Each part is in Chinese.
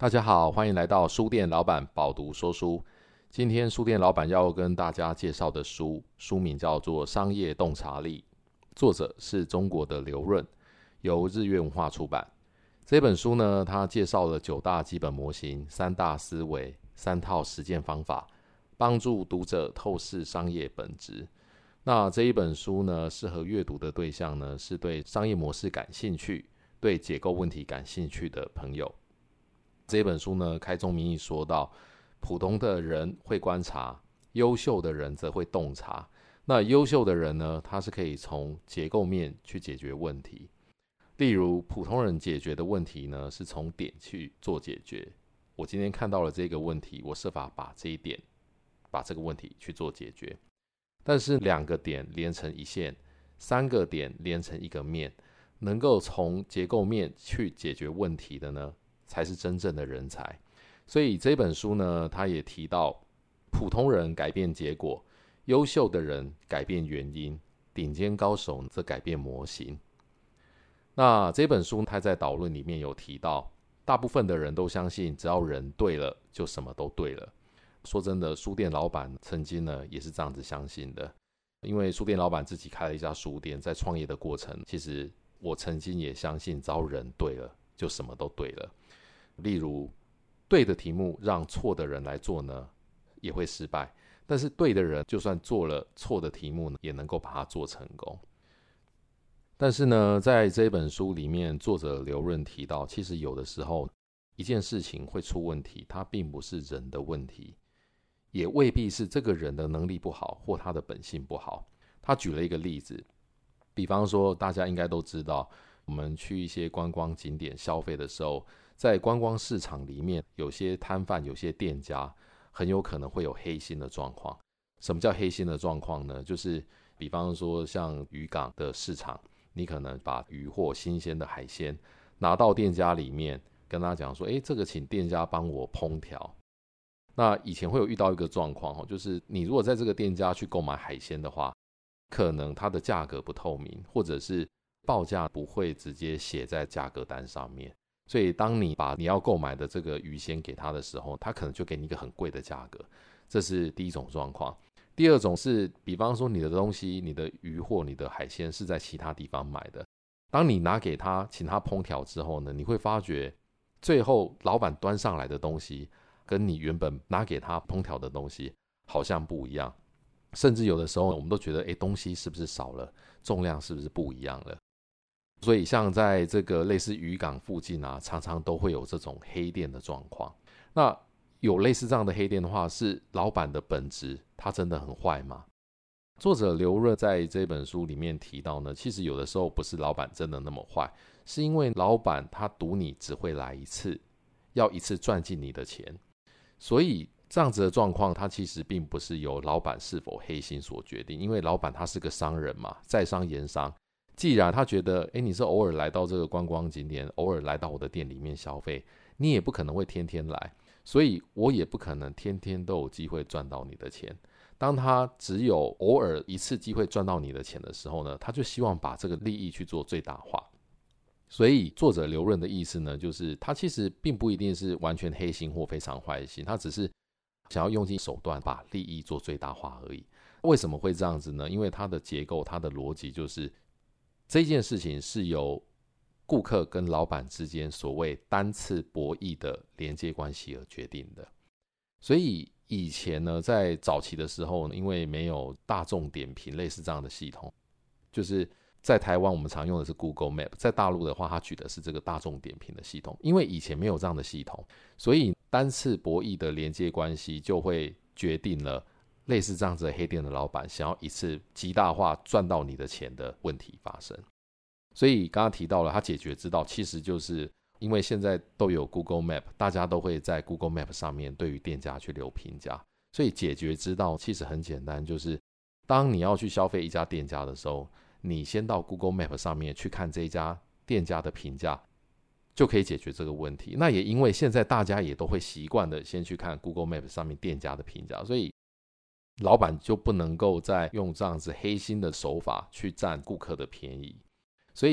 大家好，欢迎来到书店老板饱读说书。今天书店老板要跟大家介绍的书名叫做《商业洞察力》，作者是中国的刘润，由日月文化出版。这本书呢，它介绍了9大基本模型、3大思维、3套实践方法，帮助读者透视商业本质。那这一本书呢，适合阅读的对象呢，是对商业模式感兴趣、对结构问题感兴趣的朋友。这本书呢，开宗明义说到，普通的人会观察，优秀的人则会洞察。那优秀的人呢，他是可以从结构面去解决问题。例如，普通人解决的问题呢，是从点去做解决。我今天看到了这个问题，我设法把这个问题去做解决。但是2个点连成一线，3个点连成一个面，能够从结构面去解决问题的呢，才是真正的人才。所以这本书呢，他也提到，普通人改变结果，优秀的人改变原因，顶尖高手则改变模型。那这本书他在导论里面有提到，大部分的人都相信，只要人对了，就什么都对了。说真的，书店老板曾经呢也是这样子相信的，因为书店老板自己开了一家书店，在创业的过程，其实我曾经也相信，只要人对了，就什么都对了。例如，对的题目让错的人来做呢，也会失败，但是对的人就算做了错的题目呢，也能够把它做成功。但是呢，在这本书里面，作者刘润提到，其实有的时候一件事情会出问题，它并不是人的问题，也未必是这个人的能力不好或他的本性不好。他举了一个例子，比方说大家应该都知道，我们去一些观光景点消费的时候，在观光市场里面，有些摊贩、有些店家很有可能会有黑心的状况。什么叫黑心的状况呢？就是比方说像渔港的市场，你可能把渔获、新鲜的海鲜拿到店家里面，跟他讲说，这个请店家帮我烹调。那以前会有遇到一个状况，就是你如果在这个店家去购买海鲜的话，可能它的价格不透明，或者是报价不会直接写在价格单上面。所以当你把你要购买的这个鱼鲜给他的时候，他可能就给你一个很贵的价格。这是第一种状况。第二种是，比方说你的东西、你的鱼货、你的海鲜是在其他地方买的，当你拿给他请他烹调之后呢，你会发觉最后老板端上来的东西跟你原本拿给他烹调的东西好像不一样，甚至有的时候我们都觉得东西是不是少了，重量是不是不一样了。所以像在这个类似渔港附近啊，常常都会有这种黑店的状况。那有类似这样的黑店的话，是老板的本质他真的很坏吗？作者刘润在这本书里面提到呢，其实有的时候不是老板真的那么坏，是因为老板他赌你只会来一次，要一次赚进你的钱。所以这样子的状况，它其实并不是由老板是否黑心所决定，因为老板他是个商人嘛，在商言商。既然他觉得你是偶尔来到这个观光景点，偶尔来到我的店里面消费，你也不可能会天天来，所以我也不可能天天都有机会赚到你的钱。当他只有偶尔一次机会赚到你的钱的时候呢，他就希望把这个利益去做最大化。所以作者刘润的意思呢，就是他其实并不一定是完全黑心或非常坏心，他只是想要用尽手段把利益做最大化而已。为什么会这样子呢？因为他的结构、他的逻辑就是这件事情是由顾客跟老板之间所谓单次博弈的连接关系而决定的。所以以前呢，在早期的时候呢，因为没有大众点评类似这样的系统，就是在台湾我们常用的是 Google Map， 在大陆的话它举的是这个大众点评的系统。因为以前没有这样的系统，所以单次博弈的连接关系就会决定了类似这样子的黑店的老板想要一次极大化赚到你的钱的问题发生。所以刚刚提到了他解决之道，其实就是因为现在都有 Google Map， 大家都会在 Google Map 上面对于店家去留评价，所以解决之道其实很简单，就是当你要去消费一家店家的时候，你先到 Google Map 上面去看这一家店家的评价，就可以解决这个问题。那也因为现在大家也都会习惯的先去看 Google Map 上面店家的评价，所以老板就不能够再用这样子黑心的手法去占顾客的便宜。所以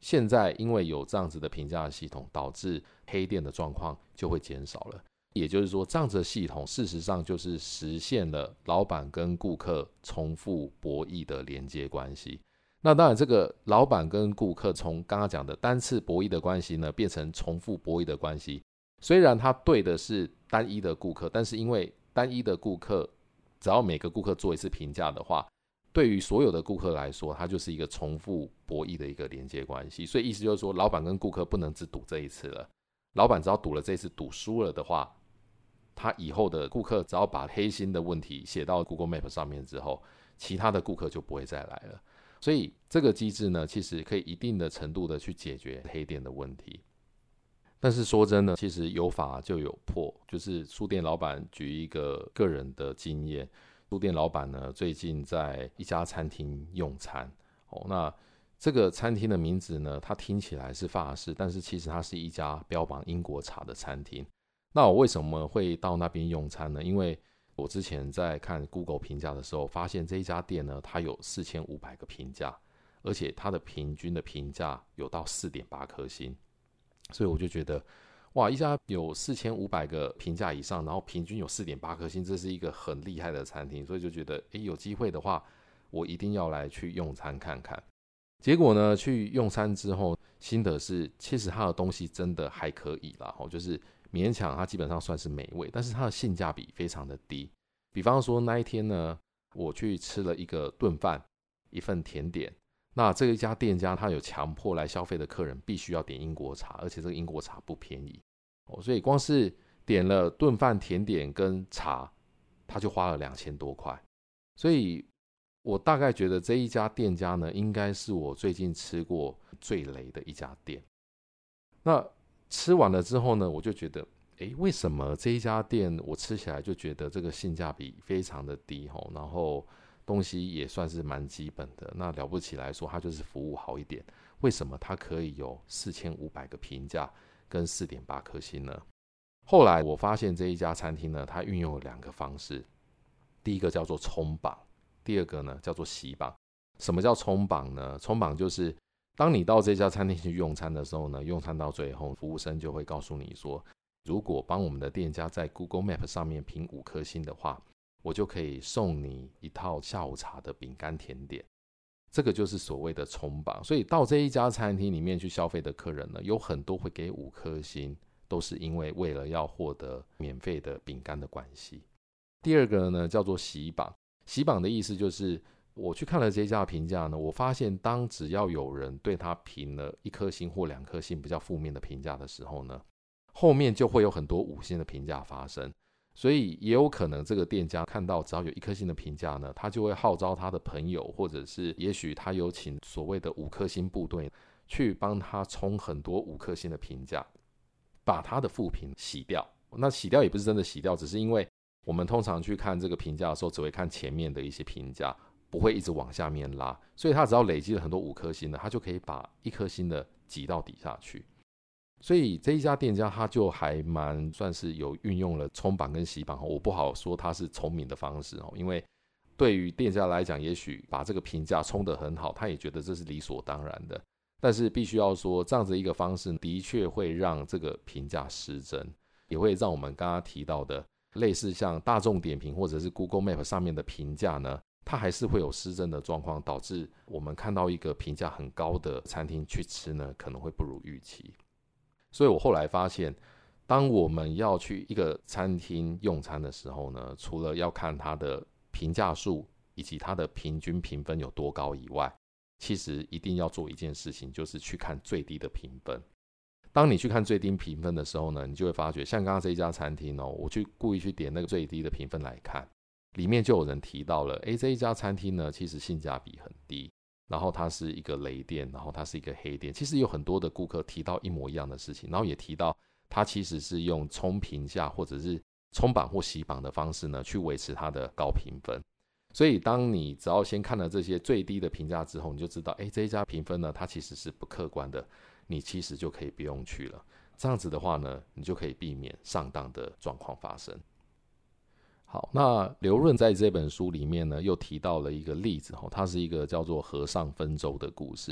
现在因为有这样子的评价系统，导致黑店的状况就会减少了。也就是说，这样子的系统事实上就是实现了老板跟顾客重复博弈的连接关系。那当然，这个老板跟顾客从刚刚讲的单次博弈的关系呢，变成重复博弈的关系。虽然他对的是单一的顾客，但是因为单一的顾客，只要每个顾客做一次评价的话，对于所有的顾客来说，它就是一个重复博弈的一个连接关系。所以意思就是说，老板跟顾客不能只赌这一次了。老板只要赌了这一次，赌输了的话，他以后的顾客只要把黑心的问题写到 Google Map 上面之后，其他的顾客就不会再来了。所以这个机制呢，其实可以一定的程度的去解决黑店的问题。但是说真的，其实有法就有破。就是书店老板举一个个人的经验，书店老板呢最近在一家餐厅用餐，那这个餐厅的名字呢，它听起来是法式，但是其实它是一家标榜英国茶的餐厅。那我为什么会到那边用餐呢？因为我之前在看 Google 评价的时候，发现这一家店呢，它有4500个评价，而且它的平均的评价有到 4.8 颗星。所以我就觉得，哇，一家有4500个评价以上，然后平均有 4.8 颗星，这是一个很厉害的餐厅。所以就觉得，有机会的话，我一定要来去用餐看看。结果呢，去用餐之后，心得是，其实它的东西真的还可以啦，就是勉强它基本上算是美味，但是它的性价比非常的低。比方说那一天呢，我去吃了一个炖饭，一份甜点。那这一家店家他有强迫来消费的客人必须要点英国茶，而且这个英国茶不便宜，所以光是点了炖饭、甜点跟茶，他就花了2000多块。所以我大概觉得这一家店家呢，应该是我最近吃过最雷的一家店。那吃完了之后呢，我就觉得，为什么这一家店我吃起来就觉得这个性价比非常的低，然后东西也算是蛮基本的，那了不起来说它就是服务好一点，为什么它可以有4500个评价跟 4.8 颗星呢？后来我发现这一家餐厅呢，它运用了2个方式，第一个叫做冲榜，第二个呢叫做洗榜。什么叫冲榜呢？冲榜就是当你到这家餐厅去用餐的时候呢，用餐到最后，服务生就会告诉你说，如果帮我们的店家在 Google Map 上面评5颗星的话，我就可以送你一套下午茶的饼干甜点。这个就是所谓的冲榜。所以到这一家餐厅里面去消费的客人呢，有很多会给5颗星，都是因为为了要获得免费的饼干的关系。第二个呢叫做洗榜。洗榜的意思就是我去看了这一家的评价呢，我发现当只要有人对他评了1颗星或2颗星比较负面的评价的时候呢，后面就会有很多5星的评价发生。所以也有可能这个店家看到只要有1颗星的评价呢，他就会号召他的朋友，或者是也许他有请所谓的5颗星部队去帮他冲很多5颗星的评价，把他的负评洗掉。那洗掉也不是真的洗掉，只是因为我们通常去看这个评价的时候，只会看前面的一些评价，不会一直往下面拉，所以他只要累积了很多5颗星的，他就可以把1颗星的挤到底下去。所以这一家店家他就还蛮算是有运用了冲榜跟洗榜，我不好说他是聪明的方式，因为对于店家来讲，也许把这个评价冲得很好，他也觉得这是理所当然的，但是必须要说这样子一个方式的确会让这个评价失真，也会让我们刚刚提到的类似像大众点评或者是 Google Map 上面的评价呢，它还是会有失真的状况，导致我们看到一个评价很高的餐厅去吃呢，可能会不如预期。所以我后来发现，当我们要去一个餐厅用餐的时候呢，除了要看它的评价数以及它的平均评分有多高以外，其实一定要做一件事情，就是去看最低的评分。当你去看最低评分的时候呢，你就会发觉，像刚刚这一家餐厅我去故意去点那个最低的评分来看，里面就有人提到了，这一家餐厅呢，其实性价比很低，然后它是一个雷店，然后它是一个黑店。其实有很多的顾客提到一模一样的事情，然后也提到它其实是用冲评价或者是冲榜或洗榜的方式呢，去维持它的高评分。所以当你只要先看了这些最低的评价之后，你就知道这一家评分呢，它其实是不客观的，你其实就可以不用去了。这样子的话呢，你就可以避免上当的状况发生。好，那刘润在这本书里面呢，又提到了一个例子，它是一个叫做和尚分粥的故事。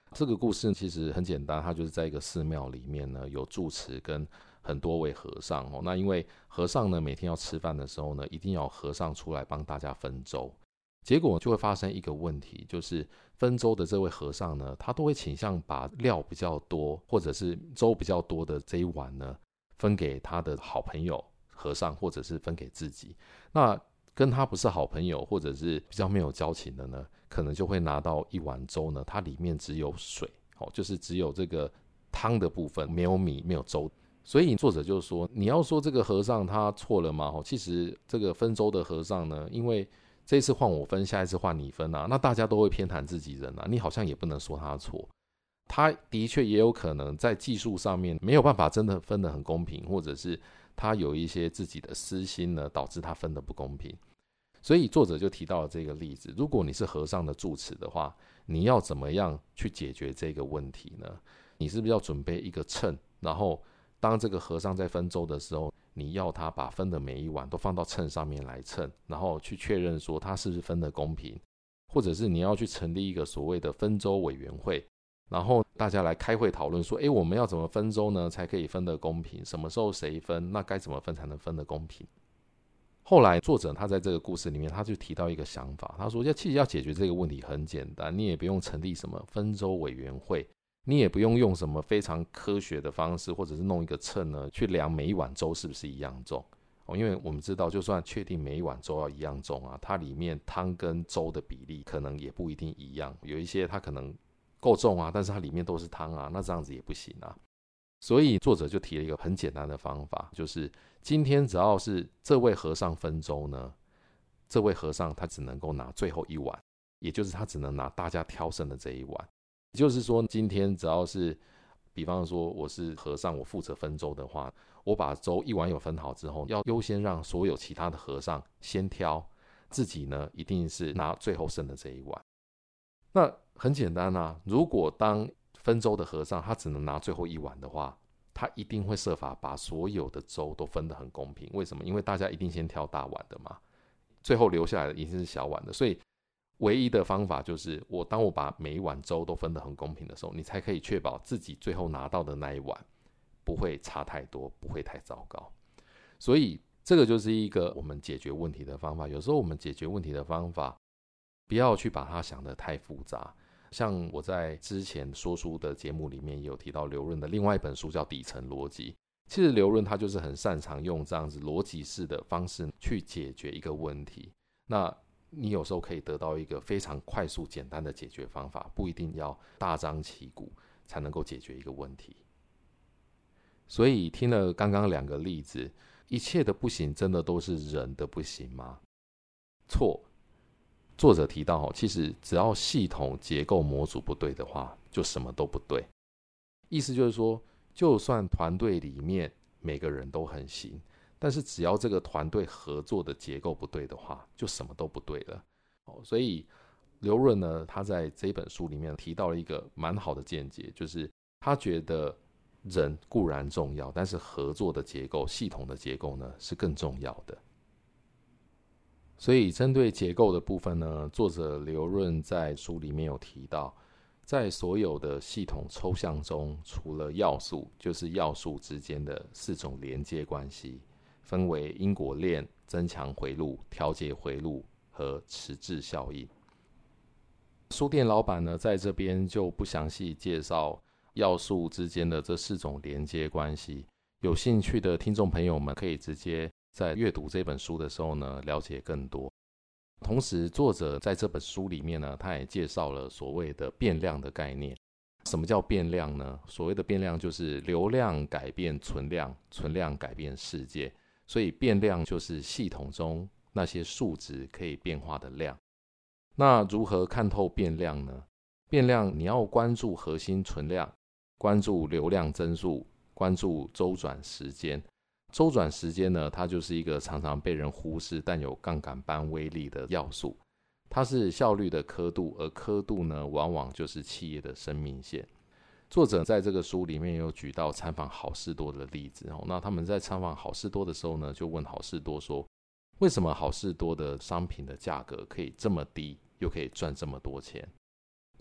这个故事其实很简单，它就是在一个寺庙里面呢，有住持跟很多位和尚那因为和尚呢每天要吃饭的时候呢，一定要有和尚出来帮大家分粥，结果就会发生一个问题，就是分粥的这位和尚呢，他都会倾向把料比较多或者是粥比较多的这一碗呢，分给他的好朋友和尚，或者是分给自己。那跟他不是好朋友或者是比较没有交情的呢，可能就会拿到一碗粥呢，它里面只有水，就是只有这个汤的部分，没有米没有粥。所以作者就说，你要说这个和尚他错了吗？其实这个分粥的和尚呢，因为这一次换我分，下一次换你分啊，那大家都会偏袒自己人啊，你好像也不能说他错。他的确也有可能在技术上面没有办法真的分得很公平，或者是他有一些自己的私心呢，导致他分得不公平。所以作者就提到了这个例子，如果你是和尚的住持的话，你要怎么样去解决这个问题呢？你是不是要准备一个秤，然后当这个和尚在分粥的时候，你要他把分的每一碗都放到秤上面来称，然后去确认说他是不是分得公平，或者是你要去成立一个所谓的分粥委员会，然后大家来开会讨论说，我们要怎么分粥呢才可以分得公平，什么时候谁分，那该怎么分才能分得公平。后来作者他在这个故事里面，他就提到一个想法，他说其实要解决这个问题很简单，你也不用成立什么分粥委员会，你也不用用什么非常科学的方式，或者是弄一个秤呢去量每一碗粥是不是一样重因为我们知道就算确定每一碗粥要一样重啊，它里面汤跟粥的比例可能也不一定一样，有一些它可能够重啊，但是它里面都是汤啊，那这样子也不行啊。所以作者就提了一个很简单的方法，就是今天只要是这位和尚分粥呢，这位和尚他只能够拿最后一碗，也就是他只能拿大家挑剩的这一碗。也就是说，今天只要是比方说我是和尚，我负责分粥的话，我把粥一碗有分好之后，要优先让所有其他的和尚先挑，自己呢一定是拿最后剩的这一碗。那很简单啊，如果当分粥的和尚他只能拿最后一碗的话，他一定会设法把所有的粥都分得很公平。为什么？因为大家一定先挑大碗的嘛，最后留下来的一定是小碗的。所以唯一的方法就是当我把每一碗粥都分得很公平的时候，你才可以确保自己最后拿到的那一碗不会差太多，不会太糟糕。所以这个就是一个我们解决问题的方法。有时候我们解决问题的方法不要去把它想得太复杂。像我在之前说书的节目里面也有提到刘润的另外一本书叫《底层逻辑》。其实刘润他就是很擅长用这样子逻辑式的方式去解决一个问题。那你有时候可以得到一个非常快速简单的解决方法，不一定要大张旗鼓才能够解决一个问题。所以听了刚刚两个例子，一切的不行真的都是人的不行吗？错。作者提到其实只要系统结构模组不对的话，就什么都不对。意思就是说，就算团队里面每个人都很行，但是只要这个团队合作的结构不对的话，就什么都不对了。所以刘润呢，他在这本书里面提到了一个蛮好的见解，就是他觉得人固然重要，但是合作的结构、系统的结构呢是更重要的。所以针对结构的部分呢，作者刘润在书里面有提到，在所有的系统抽象中，除了要素，就是要素之间的4种连接关系，分为因果链、增强回路、调节回路和迟滞效应。书店老板呢，在这边就不详细介绍要素之间的这4种连接关系，有兴趣的听众朋友们可以直接在阅读这本书的时候呢，了解更多。同时作者在这本书里面呢，他也介绍了所谓的变量的概念。什么叫变量呢？所谓的变量就是流量改变存量，存量改变世界。所以变量就是系统中那些数值可以变化的量。那如何看透变量呢？变量你要关注核心存量，关注流量增速，关注周转时间。周转时间呢，它就是一个常常被人忽视但有杠杆般威力的要素，它是效率的刻度，而刻度呢，往往就是企业的生命线。作者在这个书里面有举到参访好事多的例子，那他们在参访好事多的时候呢，就问好事多说，为什么好事多的商品的价格可以这么低，又可以赚这么多钱？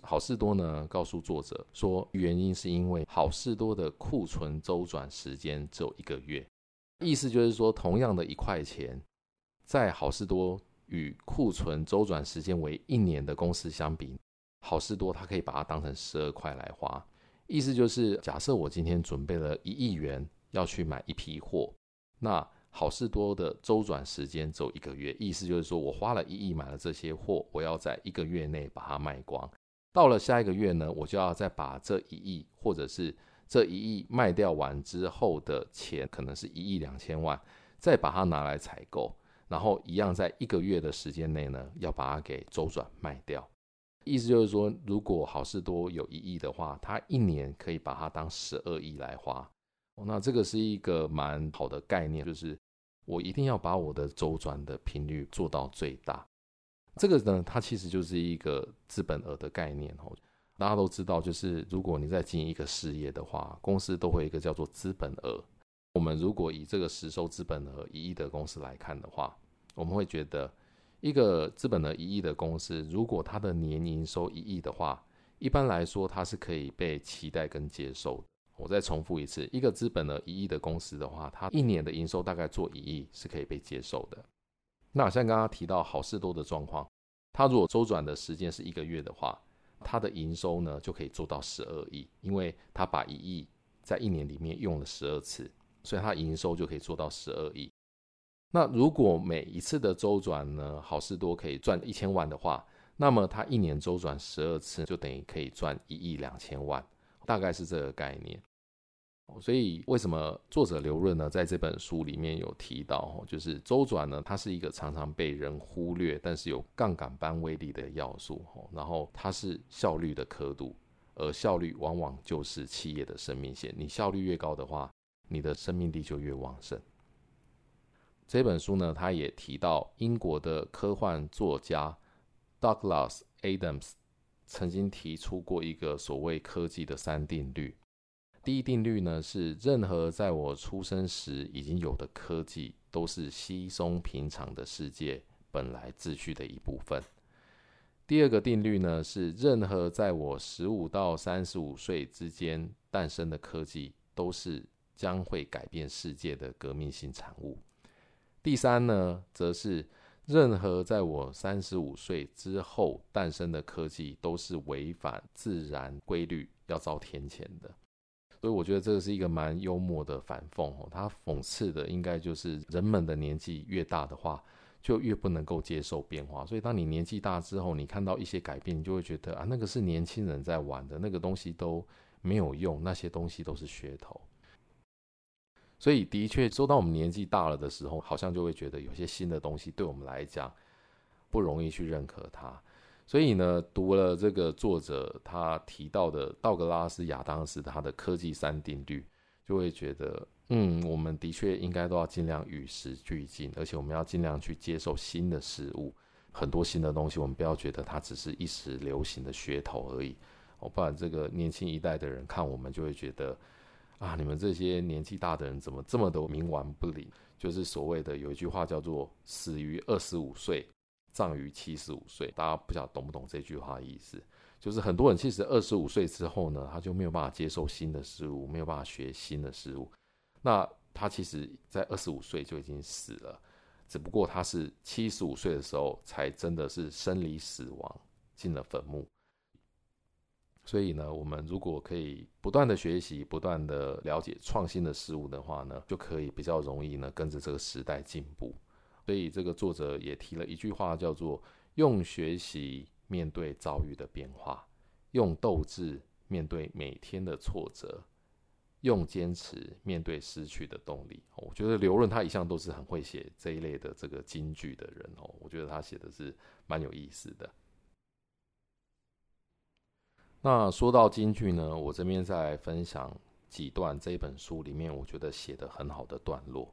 好事多呢告诉作者说，原因是因为好事多的库存周转时间只有1个月，意思就是说，同样的1块钱，在好事多与库存周转时间为1年的公司相比，好事多它可以把它当成12块来花。意思就是，假设我今天准备了1亿元要去买一批货，那好事多的周转时间只有1个月，意思就是说我花了1亿买了这些货，我要在1个月内把它卖光。到了下一个月呢，我就要再把这1亿或者是这1亿卖掉完之后的钱，可能是1亿2千万，再把它拿来采购，然后一样在1个月的时间内呢，要把它给周转卖掉。意思就是说，如果好事多有1亿的话，它1年可以把它当12亿来花。那这个是一个蛮好的概念，就是我一定要把我的周转的频率做到最大。这个呢，它其实就是一个资本额的概念。大家都知道，就是如果你在经营一个事业的话，公司都会有一个叫做资本额。我们如果以这个实收资本额1亿的公司来看的话，我们会觉得一个资本额1亿的公司，如果它的年营收1亿的话，一般来说它是可以被期待跟接受的。我再重复一次，一个资本额1亿的公司的话，它1年的营收大概做1亿是可以被接受的。那像刚刚提到好事多的状况，它如果周转的时间是1个月的话，它的营收呢就可以做到12亿，因为它把1亿在1年里面用了12次，所以它营收就可以做到12亿。那如果每一次的周转呢，好事多可以赚1000万的话，那么它1年周转12次就等于可以赚1亿2千万，大概是这个概念。所以为什么作者刘润呢在这本书里面有提到，就是周转呢，它是一个常常被人忽略但是有杠杆般威力的要素，然后它是效率的刻度，而效率往往就是企业的生命线。你效率越高的话，你的生命力就越旺盛。这本书呢，他也提到英国的科幻作家 Douglas Adams 曾经提出过一个所谓科技的3定律。第一定律呢，是任何在我出生时已经有的科技都是稀松平常的世界本来秩序的一部分。第二个定律呢，是任何在我15到35岁之间诞生的科技都是将会改变世界的革命性产物。第三呢，则是任何在我35岁之后诞生的科技都是违反自然规律，要遭天谴的。所以我觉得这个是一个蛮幽默的反讽，他讽刺的应该就是人们的年纪越大的话，就越不能够接受变化。所以当你年纪大之后，你看到一些改变，你就会觉得啊，那个是年轻人在玩的，那个东西都没有用，那些东西都是噱头。所以的确，说到我们年纪大了的时候，好像就会觉得有些新的东西对我们来讲不容易去认可它。所以呢，读了这个作者他提到的道格拉斯亚当斯他的科技3定律，就会觉得我们的确应该都要尽量与时俱进，而且我们要尽量去接受新的事物，很多新的东西我们不要觉得它只是一时流行的噱头而已，不然这个年轻一代的人看我们就会觉得啊，你们这些年纪大的人怎么这么的冥顽不灵，就是所谓的有一句话叫做死于25岁葬于75岁，大家不晓得懂不懂这句话的意思，就是很多人其实25岁之后呢，他就没有办法接受新的事物，没有办法学新的事物，那他其实在25岁就已经死了，只不过他是75岁的时候才真的是生离死亡，进了坟墓。所以呢，我们如果可以不断的学习，不断的了解创新的事物的话呢，就可以比较容易呢跟着这个时代进步。所以这个作者也提了一句话，叫做用学习面对遭遇的变化，用斗志面对每天的挫折，用坚持面对失去的动力。我觉得刘润他一向都是很会写这一类的这个金句的人，我觉得他写的是蛮有意思的。那说到金句呢，我这边再来分享几段这一本书里面我觉得写得很好的段落。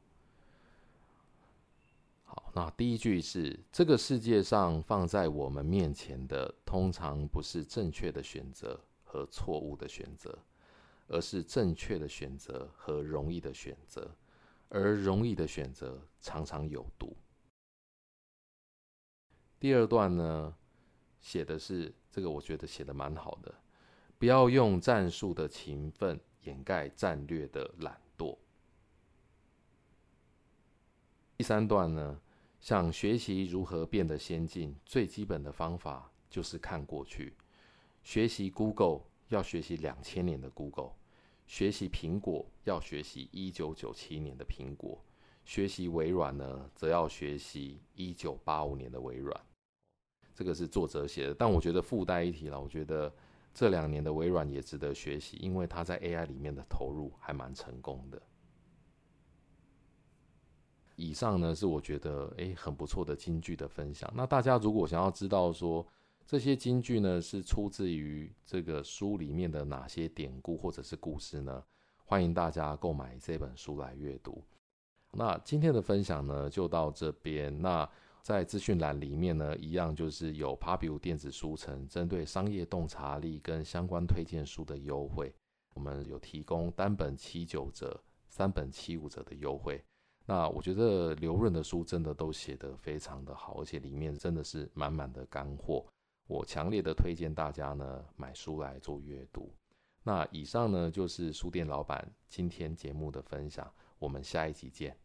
好，那第一句是：这个世界上放在我们面前的，通常不是正确的选择和错误的选择，而是正确的选择和容易的选择，而容易的选择常常有毒。第二段呢，写的是这个我觉得写得蛮好的。不要用战术的勤奋掩盖战略的懒惰。第3段呢，想学习如何变得先进，最基本的方法就是看过去。学习 Google 要学习2000年的 Google， 学习苹果要学习1997年的苹果，学习微软呢，则要学习1985年的微软。这个是作者写的，但我觉得附带一提了，我觉得这2年的微软也值得学习，因为它在 AI 里面的投入还蛮成功的。以上呢是我觉得很不错的金句的分享。那大家如果想要知道说这些金句呢是出自于这个书里面的哪些典故或者是故事呢，欢迎大家购买这本书来阅读。那今天的分享呢就到这边。那在资讯栏里面呢，一样就是有 Pubu 电子书城针对商业洞察力跟相关推荐书的优惠，我们有提供单本79折、3本75折的优惠。那我觉得刘润的书真的都写得非常的好，而且里面真的是满满的干货，我强烈的推荐大家呢买书来做阅读。那以上呢就是书店老板今天节目的分享，我们下一集见。